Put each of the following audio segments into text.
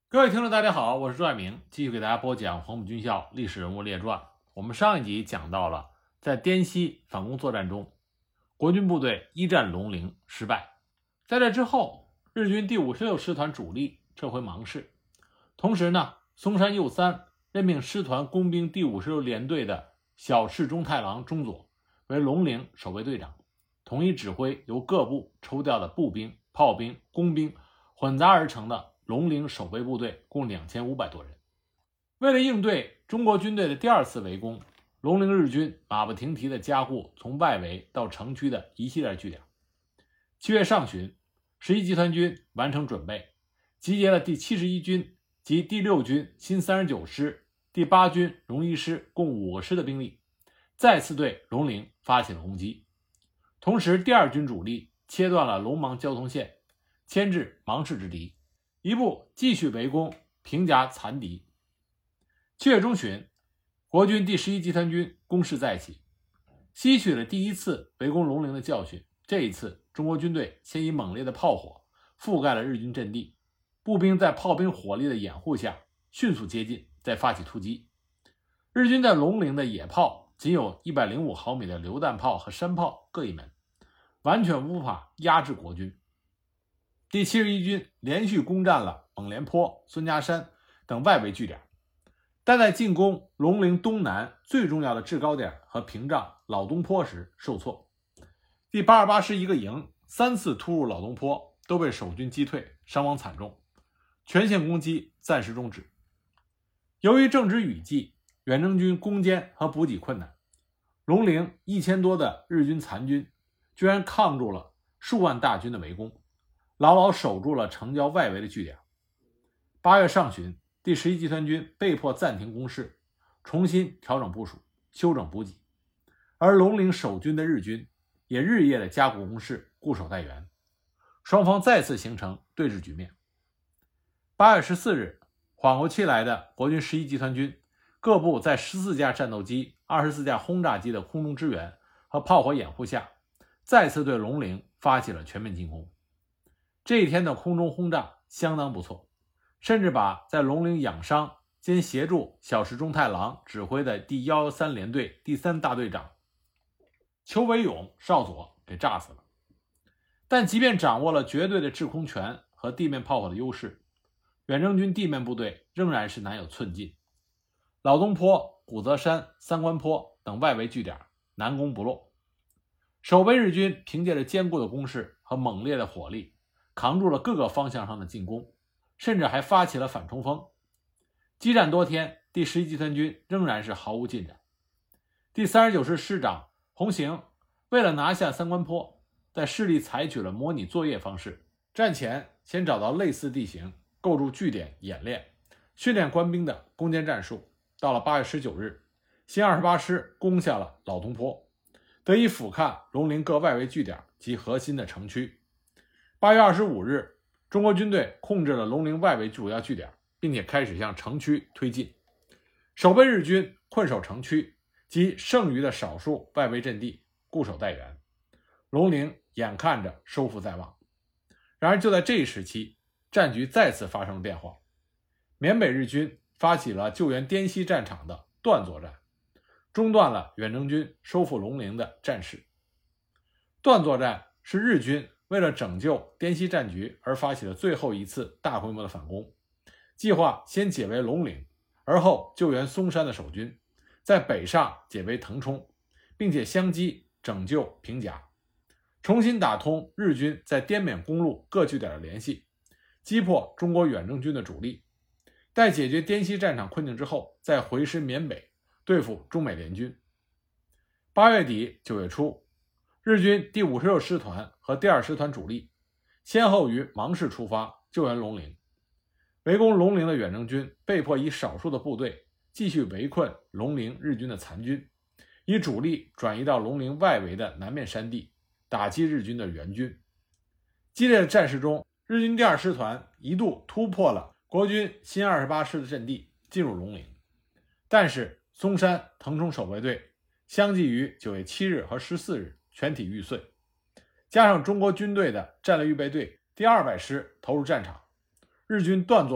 各位听众，大家好，我是朱爱明，继续给大家播讲黄埔军校历史人物列传。我们上一集讲到了，在滇西反攻作战中，国军部队一战龙陵失败。在这之后，日军第56师团主力撤回芒市，同时呢，松山右三任命师团工兵第56联队的小室忠太郎中佐为龙陵守备队长，统一指挥由各部抽调的步兵、炮兵、工兵混杂而成的龙陵守备部队共2500多人。为了应对中国军队的第二次围攻，龙陵日军马不停蹄地加固从外围到城区的一系列据点。7月上旬，11集团军完成准备，集结了第71军及第6军新39师、第8军荣一师共5个师的兵力，再次对龙陵发起了攻击。同时，第2军主力切断了龙芒交通线，牵制芒市之敌，一部继续围攻平夹残敌。7月中旬，国军第11集团军攻势再起，吸取了第一次围攻龙陵的教训。这一次，中国军队先以猛烈的炮火覆盖了日军阵地，步兵在炮兵火力的掩护下迅速接近，再发起突击。日军在龙陵的野炮仅有105毫米的榴弹炮和山炮各一门，完全无法压制国军。第71军连续攻占了猛连坡、孙家山等外围据点，但在进攻龙陵东南最重要的制高点和屏障老东坡时受挫。第828师一个营3次突入老东坡，都被守军击退，伤亡惨重，全线攻击暂时终止。由于正值雨季，远征军攻坚和补给困难，龙陵1000多的日军残军居然抗住了数万大军的围攻，牢牢守住了城郊外围的据点。8月上旬，第11集团军被迫暂停攻势，重新调整部署，休整补给，而龙陵守军的日军也日夜的加固攻势，固守待援，双方再次形成对峙局面。8月14日，缓过气来的国军11集团军各部在14架战斗机、24架轰炸机的空中支援和炮火掩护下，再次对龙陵发起了全面进攻。这一天的空中轰炸相当不错，甚至把在龙陵养伤兼协助小室忠太郎指挥的第113联队第3大队长邱维勇少佐给炸死了。但即便掌握了绝对的制空权和地面炮火的优势，远征军地面部队仍然是难有寸进。老东坡、古泽山、三关坡等外围据点难攻不落，守备日军凭借着坚固的攻势和猛烈的火力，扛住了各个方向上的进攻，甚至还发起了反冲锋。激战多天，第11集团军仍然是毫无进展。第39师师长洪行为了拿下三关坡，在市里采取了模拟作业方式，战前先找到类似地形，构筑据点演练，训练官兵的攻坚战术。到了8月19日，新28师攻下了老东坡，得以俯瞰龙陵各外围据点及核心的城区。8月25日，中国军队控制了龙陵外围主要据点，并且开始向城区推进。守备日军困守城区及剩余的少数外围阵地，固守待援，龙陵眼看着收复在望。然而就在这一时期，战局再次发生了变化。缅北日军发起了救援滇西战场的段作战，中断了远征军收复龙陵的战事。段作战是日军为了拯救滇西战局而发起的最后一次大规模的反攻，计划先解围龙陵，而后救援松山的守军，在北上解围腾冲，并且相继拯救平甲，重新打通日军在滇缅公路各据点的联系，击破中国远征军的主力。待解决滇西战场困境之后，再回师缅北对付中美联军。8月底9月初，日军第56师团和第2师团主力先后于芒市出发救援龙陵。围攻龙陵的远征军被迫以少数的部队继续围困龙陵日军的残军，以主力转移到龙陵外围的南面山地，打击日军的援军。激烈的战事中，日军第2师团一度突破了国军新28师的阵地，进入龙陵。但是松山、腾冲守备队相继于9月7日和14日全体遇碎，加上中国军队的战略预备队第200师投入战场，日军段作战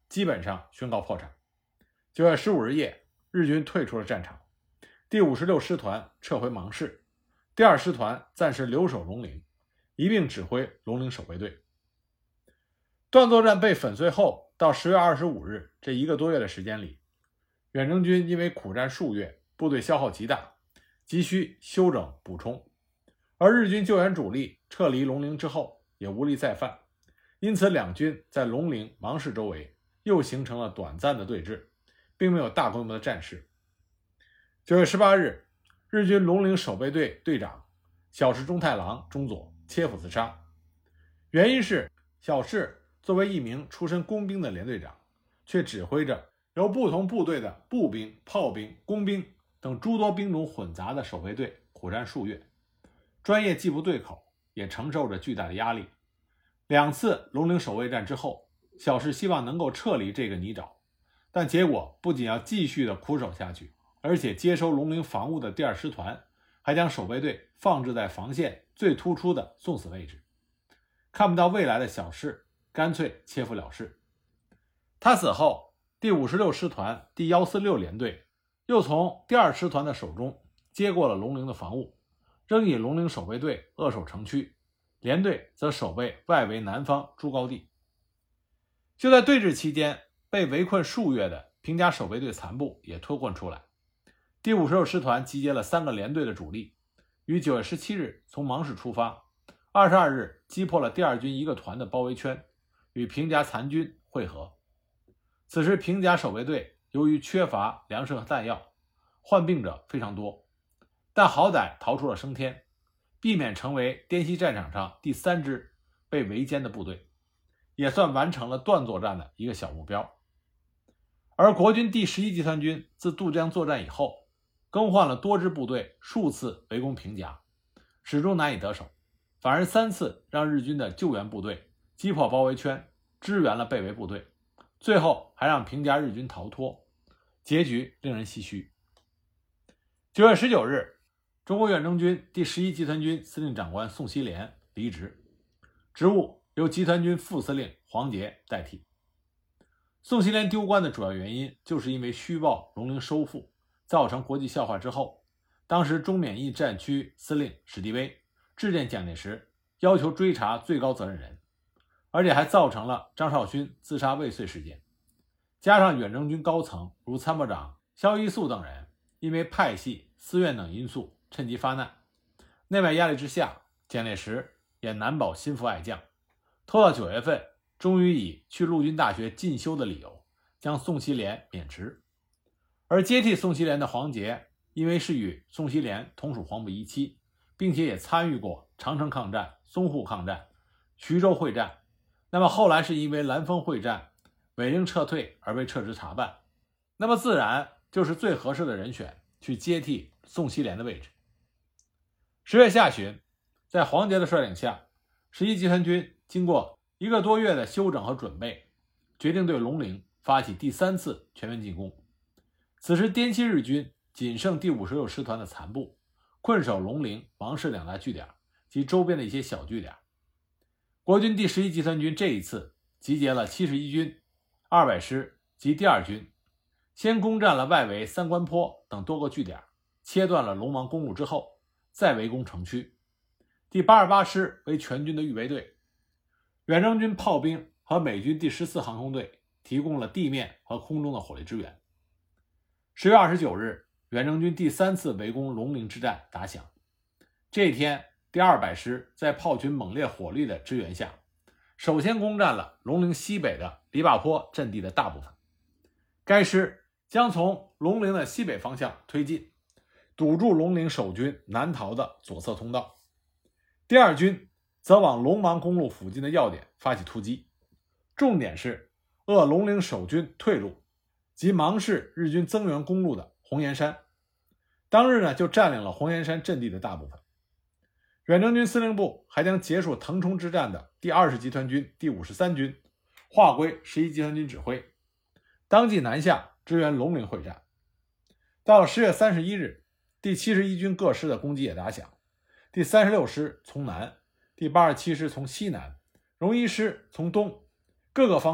基本上宣告破产。9月15日夜，日军退出了战场，第56师团撤回芒市，第2师团暂时留守龙陵，一并指挥龙陵守备队。段作战被粉碎后，到10月25日这1个多月的时间里，远征军因为苦战数月，部队消耗极大，急需休整补充，而日军救援主力撤离龙陵之后也无力再犯，因此两军在龙陵、芒市周围又形成了短暂的对峙，并没有大规模的战事。9月18日，日军龙陵守备队队长小室忠太郎中佐切腹自杀，原因是小室作为一名出身工兵的连队长，却指挥着由不同部队的步兵、炮兵、工兵等诸多兵种混杂的守备队苦战数月，专业既不对口，也承受着巨大的压力。2次龙陵守卫战之后，小室希望能够撤离这个泥沼，但结果不仅要继续的苦守下去，而且接收龙陵防务的第2师团还将守备队放置在防线最突出的送死位置。看不到未来的小室干脆切腹了事。他死后，第56师团第146联队又从第2师团的手中接过了龙陵的防务，仍以龙陵守备队扼守城区，联队则守备外围南方诸高地。就在对峙期间，被围困数月的平甲守备队残部也脱困出来。第56师团集结了3个联队的主力，于9月17日从芒市出发，22日击破了第2军1个团的包围圈，与平甲残军会合。此时平甲守备队由于缺乏粮食和弹药，患病者非常多，但好歹逃出了升天，避免成为滇西战场上第3支被围歼的部队，也算完成了段作战的一个小目标。而国军第11集团军自渡江作战以后，更换了多支部队数次围攻平甲，始终难以得手，反而3次让日军的救援部队击破包围圈，支援了被围部队，最后还让平甲日军逃脱，结局令人唏嘘。9月19日，中国远征军第11集团军司令长官宋希濂离职，职务由集团军副司令黄杰代替。宋希濂丢官的主要原因就是因为虚报龙陵收复，造成国际笑话之后，当时中缅印战区司令史迪威致电蒋介石，要求追查最高责任人，而且还造成了张绍勋自杀未遂事件。加上远征军高层如参谋长萧一素等人因为派系、私怨等因素趁机发难，内外压力之下，蒋介石也难保心腹爱将，拖到9月份，终于以去陆军大学进修的理由将宋希濂免职。而接替宋希濂的黄杰，因为是与宋希濂同属黄埔一期，并且也参与过长城抗战、淞沪抗战、徐州会战，那么后来是因为兰峰会战委令撤退而被撤职查办，那么自然就是最合适的人选去接替宋希濂的位置。10月下旬，在黄杰的率领下，11集团军经过1个多月的休整和准备，决定对龙陵发起第3次全面进攻。此时滇西日军仅剩第56师团的残部，困守龙陵、芒市2大据点及周边的一些小据点。国军第11集团军这一次集结了71军、200师及第2军，先攻占了外围三关坡等多个据点，切断了龙芒公路之后，再围攻城区。第828师为全军的预备队，远征军炮兵和美军第14航空队提供了地面和空中的火力支援。10月29日，远征军第3次围攻龙陵之战打响。这一天，第200师在炮群猛烈火力的支援下，首先攻占了龙陵西北的篱笆坡阵地的大部分。该师将从龙陵的西北方向推进，堵住龙陵守军南逃的左侧通道。第2军则往龙芒公路附近的要点发起突击，重点是扼龙陵守军退路及芒市日军增援公路的红岩山。当日呢，就占领了红岩山阵地的大部分。远征军司令部还将结束腾冲之战的第20集团军第53军划归11集团军指挥，当即南下支援龙陵会战。到了10月31日，第71军各师的攻击也打响，第36师从南，第87师从西南，荣一师从东，各个方向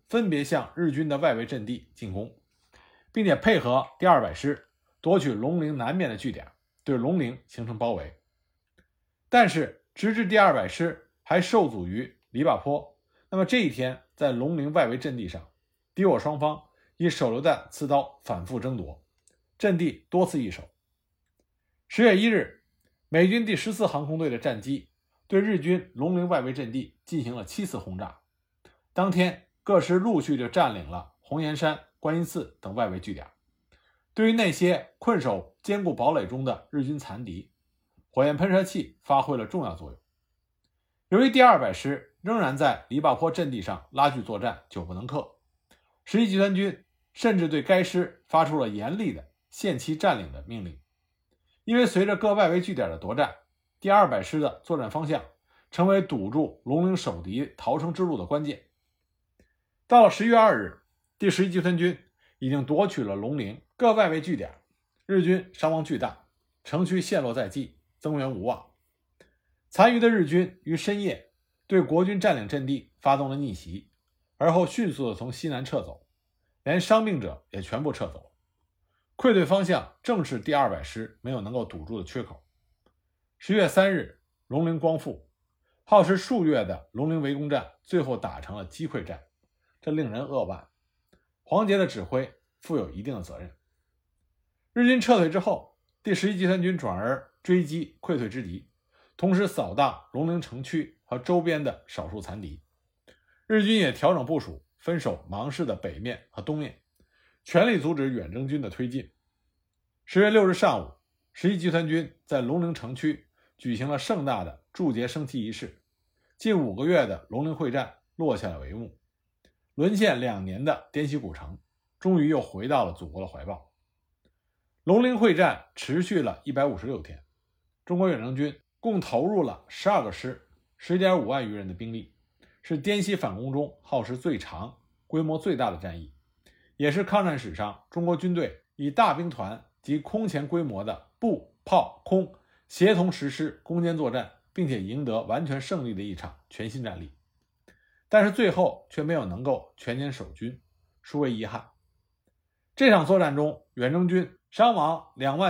分别向日军的外围阵地进攻，并且配合第200师夺取龙陵南面的据点，对龙陵形成包围。但是直至第200师还受阻于篱笆坡，那么这一天在龙陵外围阵地上，敌我双方以手榴弹、刺刀反复争夺，阵地多次易手。10月1日，美军第14航空队的战机对日军龙陵外围阵地进行了7次轰炸。当天各师陆续就占领了红岩山、观音寺等外围据点。对于那些困守坚固堡垒中的日军残敌，火焰喷射器发挥了重要作用。由于第200师仍然在篱笆坡阵地上拉锯作战，久不能克，11集团军甚至对该师发出了严厉的限期占领的命令。因为随着各外围据点的夺占，第200师的作战方向成为堵住龙陵守敌逃生之路的关键。到了10月2日，第11集团军已经夺取了龙陵各外围据点，日军伤亡巨大，城区陷落在即，增援无望。残余的日军于深夜对国军占领阵地发动了逆袭，而后迅速地从西南撤走，连伤病者也全部撤走。溃退方向正是第200师没有能够堵住的缺口。10月3日，龙陵光复，耗时数月的龙陵围攻战最后打成了击溃战，这令人扼腕。黄杰的指挥负有一定的责任。日军撤退之后，第11集团军转而追击溃退之敌，同时扫荡龙陵城区和周边的少数残敌。日军也调整部署，分守芒市的北面和东面，全力阻止远征军的推进。10月6日上午，11集团军在龙陵城区举行了盛大的铸节升旗仪式，近5个月的龙陵会战落下了帷幕，沦陷2年的滇西古城终于又回到了祖国的怀抱。龙陵会战持续了156天，中国远征军共投入了12个师 10.5 万余人的兵力，是滇西反攻中耗时最长、规模最大的战役，也是抗战史上中国军队以大兵团及空前规模的步、炮、空协同实施攻坚作战，并且赢得完全胜利的一场全新战役。但是最后却没有能够全年守军，殊为遗憾。这场作战中，远征军伤亡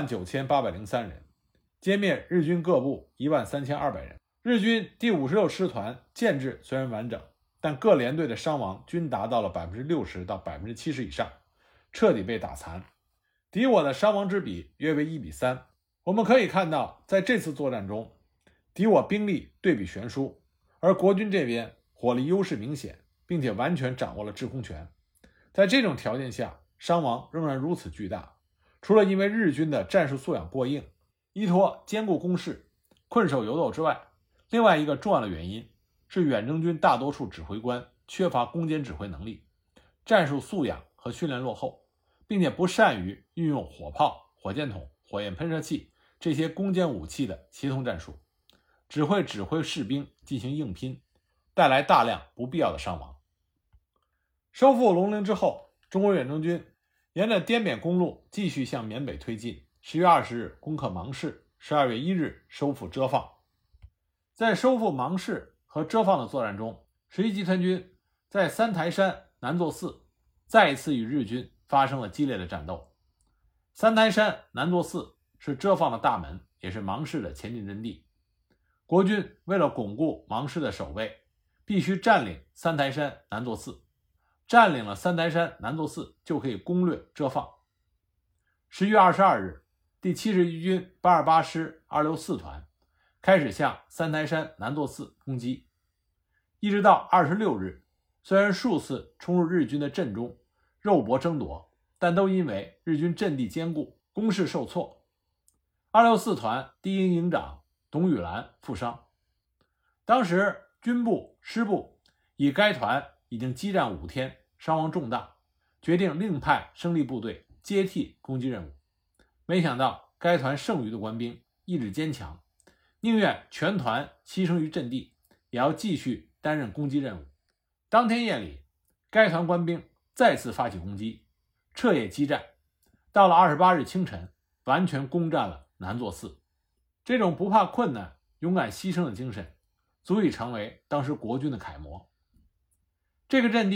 29803人，歼灭日军各部13200人。日军第56师团建制虽然完整，但各连队的伤亡均达到了 60% 到 70% 以上，彻底被打残。敌我的伤亡之比约为1比3。我们可以看到，在这次作战中，敌我兵力对比悬殊，而国军这边火力优势明显，并且完全掌握了制空权。在这种条件下，伤亡仍然如此巨大，除了因为日军的战术素养过硬，依托坚固工事，困守游斗之外，另外一个重要的原因是远征军大多数指挥官缺乏攻坚指挥能力，战术素养和训练落后，并且不善于运用火炮、火箭筒、火焰喷射器这些攻坚武器的协同战术，只会指挥士兵进行硬拼，带来大量不必要的伤亡。收复龙陵之后，中国远征军沿着滇缅公路继续向缅北推进，10月20日攻克芒市，12月1日收复遮放。在收复芒市和遮放的作战中，11集团军在三台山南座寺再一次与日军发生了激烈的战斗。三台山南座寺是遮放的大门，也是芒市的前进阵地。国军为了巩固芒市的守卫，必须占领三台山南座寺，占领了三台山南座寺就可以攻略遮放。10月22日，第71军828师264团开始向三台山南座寺攻击，一直到26日，虽然数次冲入日军的阵中肉搏争夺，但都因为日军阵地坚固，攻势受挫。264团第一营营长董雨兰负伤。当时军部、师部以该团已经激战5天，伤亡重大，决定另派生力部队接替攻击任务。没想到该团剩余的官兵意志坚强，宁愿全团牺牲于阵地，也要继续担任攻击任务。当天夜里，该团官兵再次发起攻击，彻夜激战，到了28日清晨，完全攻占了南座寺。这种不怕困难、勇敢牺牲的精神，足以成为当时国军的楷模。这个阵地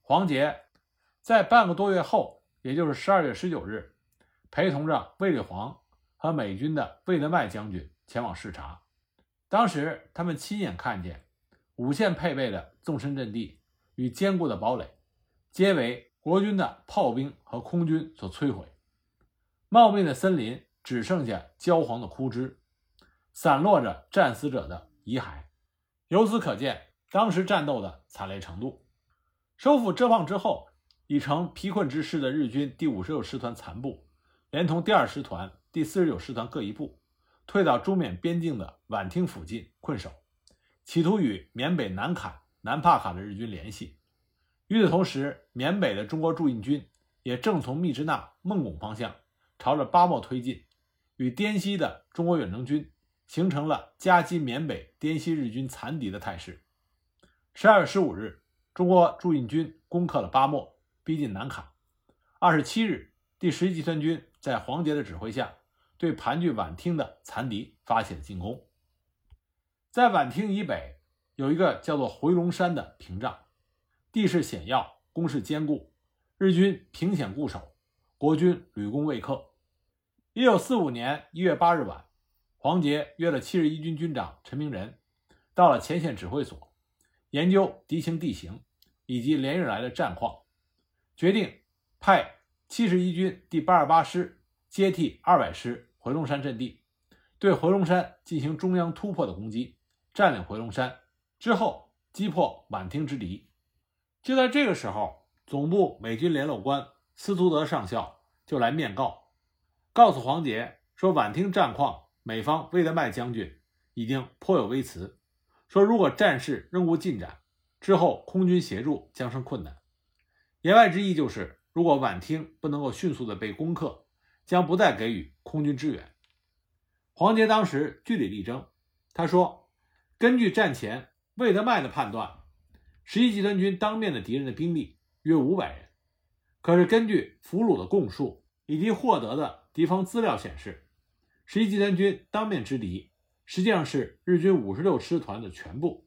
黄杰在半个多月后，也就是12月19日，陪同着卫立煌和美军的魏德迈将军前往视察。当时他们亲眼看见5线配备的纵深阵地与坚固的堡垒皆为国军的炮兵和空军所摧毁，茂密的森林只剩下焦黄的枯枝，散落着战死者的遗骸。由此可见当时战斗的惨烈程度。收复遮胖之后，已成疲困之师的日军第56师团残部连同第2师团、第49师团各一部，退到中缅边境的宛町附近困守，企图与缅北南坎、南帕卡的日军联系。与此同时，缅北的中国驻印军也正从密支那、孟拱方向朝着巴莫推进，与滇西的中国远征军形成了夹击缅北滇西日军残敌的态势。12月15日，中国驻印军攻克了巴莫，逼近南坎。27日，第11集团军在黄杰的指挥下，对盘踞宛町的残敌发起了进攻。在宛町以北有一个叫做回龙山的屏障，地势险要，攻势坚固，日军凭险固守，国军屡攻未克。1945年1月8日晚，黄杰约了71军军长陈明仁到了前线指挥所，研究敌情地形以及连日来的战况，决定派71军第828师接替200师回龙山阵地，对回龙山进行中央突破的攻击，占领回龙山之后击破宛町之敌。就在这个时候，总部美军联络官斯图德上校就来面告诉黄杰说，宛町战况美方魏德迈将军已经颇有微词，说如果战事仍无进展，之后空军协助将生困难。言外之意就是，如果宛町不能够迅速的被攻克，将不再给予空军支援。黄杰当时据理力争，他说，根据战前魏德迈的判断，11集团军当面的敌人的兵力约500人，可是根据俘虏的供述以及获得的敌方资料显示，11集团军当面之敌实际上是日军56师团的全部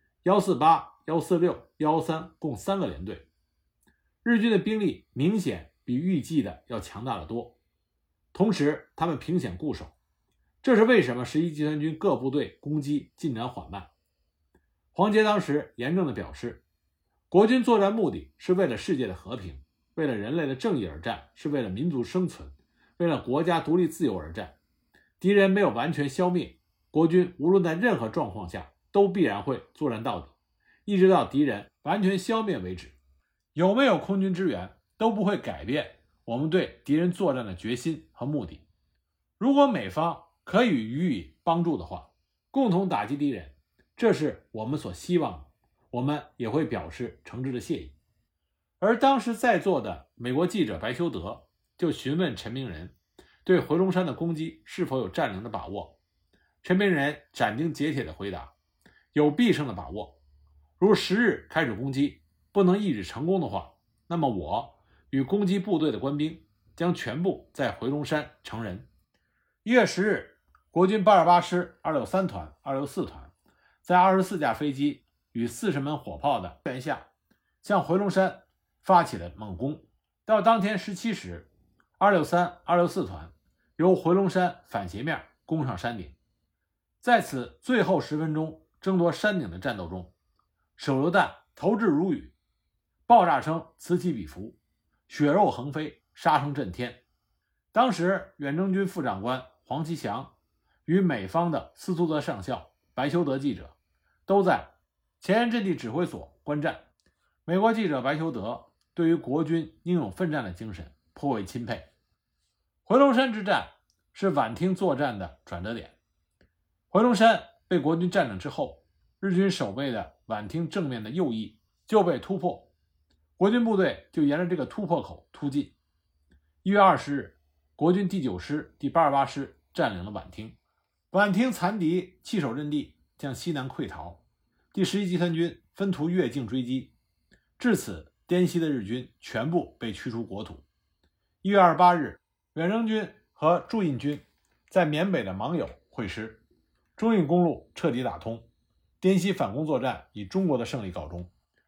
，148、146、113共3个连队。日军的兵力明显比预计的要强大得多，同时他们凭险固守，这是为什么11集团军各部队攻击进展缓慢。黄杰当时严正地表示，国军作战目的是为了世界的和平，为了人类的正义而战，是为了民族生存，为了国家独立自由而战。敌人没有完全消灭，国军无论在任何状况下都必然会作战到底，一直到敌人完全消灭为止。有没有空军支援都不会改变我们对敌人作战的决心和目的。如果美方可以予以帮助的话，共同打击敌人，这是我们所希望的，我们也会表示诚挚的谢意。而当时在座的美国记者白修德就询问陈明仁对回龙山的攻击是否有占领的把握。陈明仁斩钉截铁地回答，有必胜的把握，如10日开始攻击不能一日成功的话，那么我与攻击部队的官兵将全部在回龙山成人。1月10日，国军828师263团、264团在24架飞机与40门火炮的支援下，向回龙山发起了猛攻。到当天17时，263、264团由回龙山反斜面攻上山顶。在此最后10分钟争夺山顶的战斗中，手榴弹投掷如雨，爆炸声此起彼伏，血肉横飞，杀声震天。当时远征军副长官黄其祥与美方的斯图德上校、白修德记者都在前沿阵地指挥所观战。美国记者白修德对于国军英勇奋战的精神颇为钦佩。回龙山之战是宛町作战的转折点。回龙山被国军占领之后，日军守备的宛町正面的右翼就被突破，国军部队就沿着这个突破口突进。1月20日，国军第9师第828师占领了宛町，宛町残敌弃守阵地，向西南溃逃。第11集团军分途越境追击，至此滇西的日军全部被驱除国土。1月28日，远征军和驻印军在缅北的芒友会师，中印公路彻底打通，滇西反攻作战以中国的胜利告终。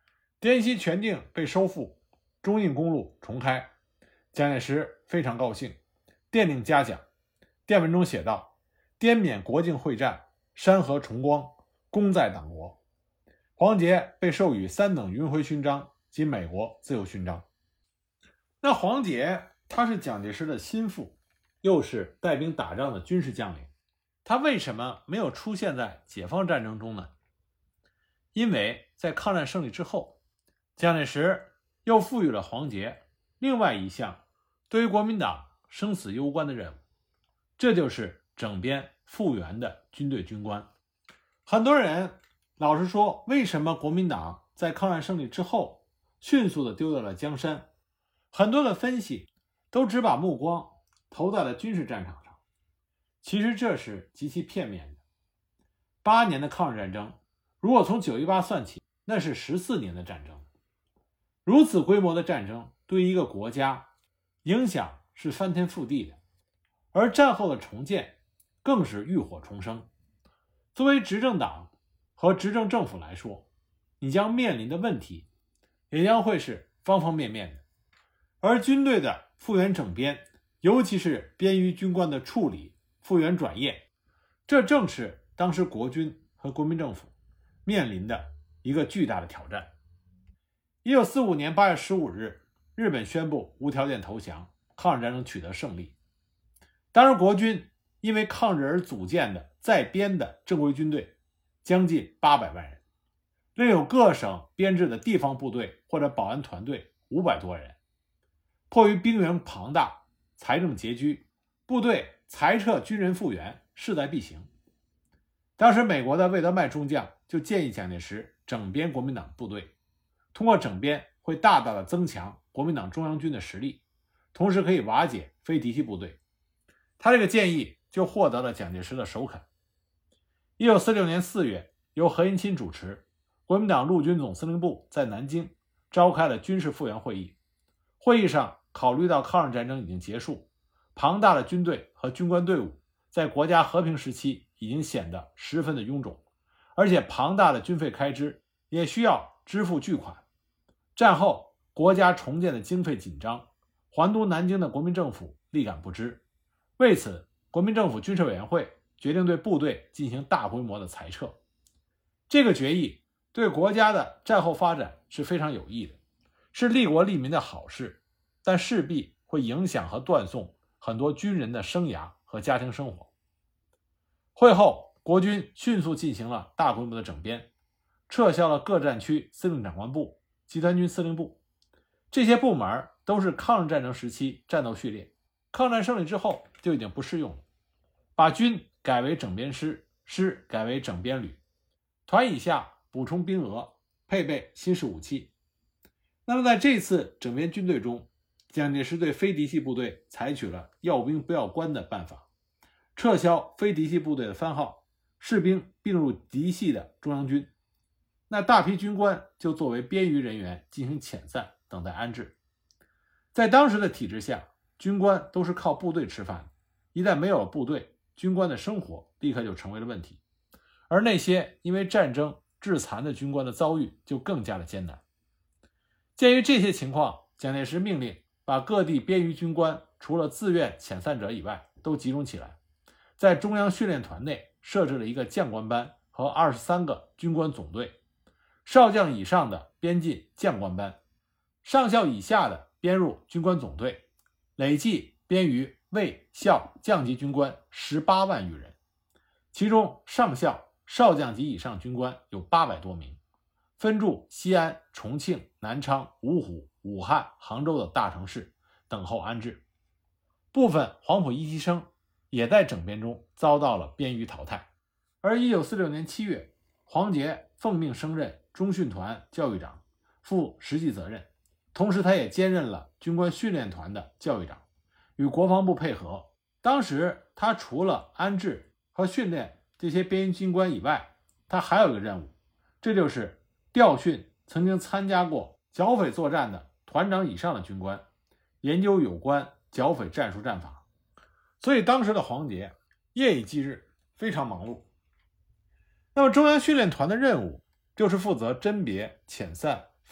滇西全境被收复，中印公路重开，蒋介石非常高兴，电令嘉奖。电文中写道：滇缅国境会战，山河重光，功在党国。黄杰被授予3等云辉勋章及美国自由勋章。那黄杰他是蒋介石的心腹，又是带兵打仗的军事将领，他为什么没有出现在解放战争中呢？因为在抗战胜利之后，蒋介石又赋予了黄杰另外一项对于国民党生死攸关的任务，这就是整编复员的军队军官。很多人老是说，为什么国民党在抗战胜利之后迅速地丢掉了江山？很多的分析都只把目光投在了军事战场上，其实这是极其片面的。8年的抗日战争，如果从9·18算起，那是14年的战争。如此规模的战争对于一个国家影响是翻天覆地的，而战后的重建更是浴火重生。作为执政党和执政政府来说，你将面临的问题也将会是方方面面的。而军队的复员整编，尤其是编余军官的处理、复员转业，这正是当时国军和国民政府面临的一个巨大的挑战。1945年8月15日，日本宣布无条件投降，抗日战争取得胜利。当时国军因为抗日而组建的再编的正规军队将近800万人，另有各省编制的地方部队或者保安团队500多人。迫于兵源庞大，财政拮据，部队裁撤军人复员势在必行。当时美国的魏德迈中将就建议蒋介石整编国民党部队，通过整编会大大的增强国民党中央军的实力，同时可以瓦解非嫡系部队。他这个建议就获得了蒋介石的首肯。1946年4月，由何应钦主持，国民党陆军总司令部在南京召开了军事复员会议。会议上考虑到抗日战争已经结束，庞大的军队和军官队伍在国家和平时期已经显得十分的臃肿，而且庞大的军费开支也需要支付巨款。战后国家重建的经费紧张，还都南京的国民政府力感不支。为此，国民政府军事委员会决定对部队进行大规模的裁撤。这个决议对国家的战后发展是非常有益的，是利国利民的好事，但势必会影响和断送很多军人的生涯和家庭生活。会后，国军迅速进行了大规模的整编，撤销了各战区司令长官部、集团军司令部，这些部门都是抗日战争时期战斗序列，抗战胜利之后就已经不适用了。把军改为整编师，师改为整编旅，团以下补充兵额，配备新式武器。那么在这次整编军队中，蒋介石对非嫡系部队采取了要兵不要官的办法，撤销非嫡系部队的番号，士兵并入嫡系的中央军。那大批军官就作为编余人员进行遣散，等待安置。在当时的体制下，军官都是靠部队吃饭的，一旦没有了部队，军官的生活立刻就成为了问题。而那些因为战争致残的军官的遭遇就更加的艰难。鉴于这些情况，蒋介石命令把各地编余军官除了自愿遣散者以外都集中起来，在中央训练团内设置了一个将官班和23个军官总队，少将以上的编进将官班，上校以下的编入军官总队，累计编余卫校将级军官18万余人，其中上校、少将级以上军官有800多名，分驻西安、重庆、南昌、芜湖、武汉、杭州的大城市等候安置。部分黄埔一期生也在整编中遭到了编余淘汰。而1946年7月，黄杰奉命升任中训团教育长，负实际责任，同时他也兼任了军官训练团的教育长，与国防部配合。当时他除了安置和训练这些编余军官以外，他还有一个任务，这就是调训曾经参加过剿匪作战的团长以上的军官，研究有关剿匪战术战法。所以当时的黄杰夜以继日，非常忙碌。那么中央训练团的任务就是负责甄别、遣散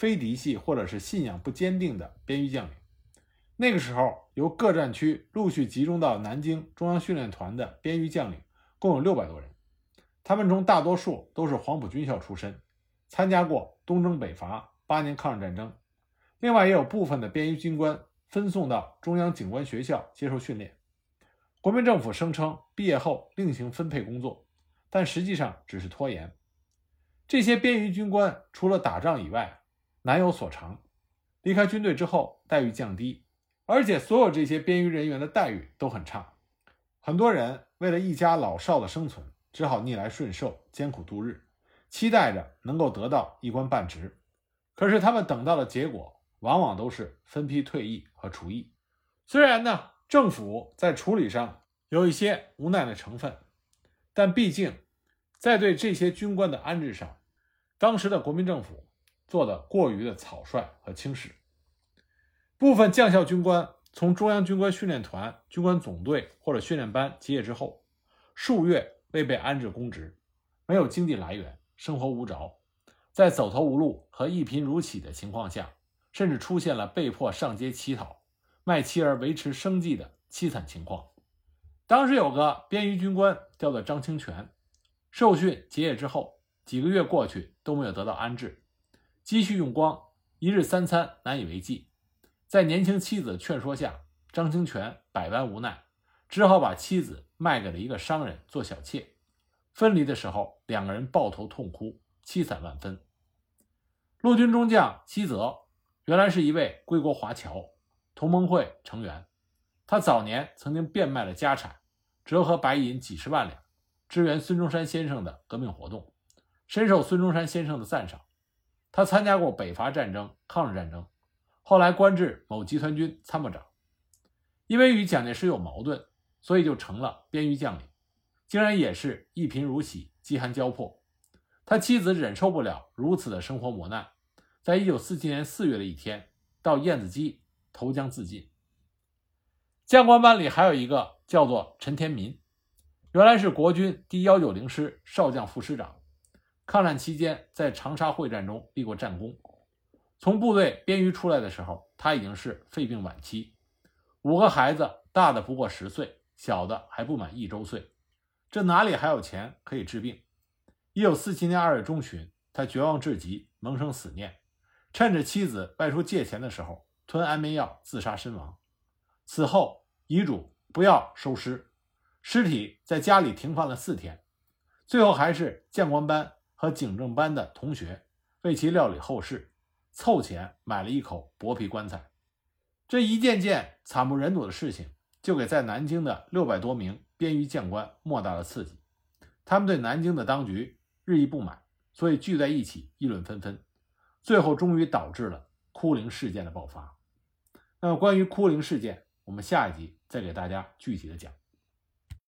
非嫡系或者是信仰不坚定的边域将领。那个时候，由各战区陆续集中到南京中央训练团的边域将领共有600多人，他们中大多数都是黄埔军校出身，参加过东征北伐、8年抗日战争。另外也有部分的边域军官分送到中央警官学校接受训练。国民政府声称毕业后另行分配工作，但实际上只是拖延。这些边域军官除了打仗以外，难有所长。离开军队之后，待遇降低，而且所有这些边域人员的待遇都很差。很多人为了一家老少的生存，只好逆来顺受，艰苦度日，期待着能够得到一官半职。可是他们等到的结果往往都是分批退役和除役。虽然呢，政府在处理上有一些无奈的成分，但毕竟在对这些军官的安置上，当时的国民政府做得过于的草率和轻视。部分将校军官从中央军官训练团、军官总队或者训练班结业之后，数月未被安置公职，没有经济来源，生活无着，在走投无路和一贫如洗的情况下，甚至出现了被迫上街乞讨、卖妻儿维持生计的凄惨情况。当时有个边域军官叫做张清泉，受训结业之后，几个月过去都没有得到安置，积蓄用光，一日3餐难以为继。在年轻妻子的劝说下，张清泉百般无奈，只好把妻子卖给了一个商人做小妾。分离的时候，两个人抱头痛哭，凄惨万分。陆军中将西泽原来是一位归国华侨，同盟会成员。他早年曾经变卖了家产，折合白银几十万两，支援孙中山先生的革命活动，深受孙中山先生的赞赏。他参加过北伐战争、抗日战争，后来官至某集团军参谋长。因为与蒋介石有矛盾，所以就成了边域将领，竟然也是一贫如洗，饥寒交迫。他妻子忍受不了如此的生活磨难，在1947年4月的一天，到燕子矶投江自尽。将官班里还有一个叫做陈天民，原来是国军第190师少将副师长，抗战期间在长沙会战中立过战功。从部队边域出来的时候，他已经是肺病晚期，5个孩子，大的不过10岁，小的还不满1周岁，这哪里还有钱可以治病？1947年2月中旬，他绝望至极，萌生死念，趁着妻子外出借钱的时候吞安眠药自杀身亡。此后遗嘱不要收尸，尸体在家里停放了4天，最后还是将官班和警政班的同学为其料理后事，凑钱买了一口薄皮棺材。这一件件惨不忍睹的事情，就给在南京的600多名边域将官莫大的刺激。他们对南京的当局日益不满，所以聚在一起议论纷纷，最后终于导致了哭灵事件的爆发。那么关于哭灵事件，我们下一集再给大家具体的讲。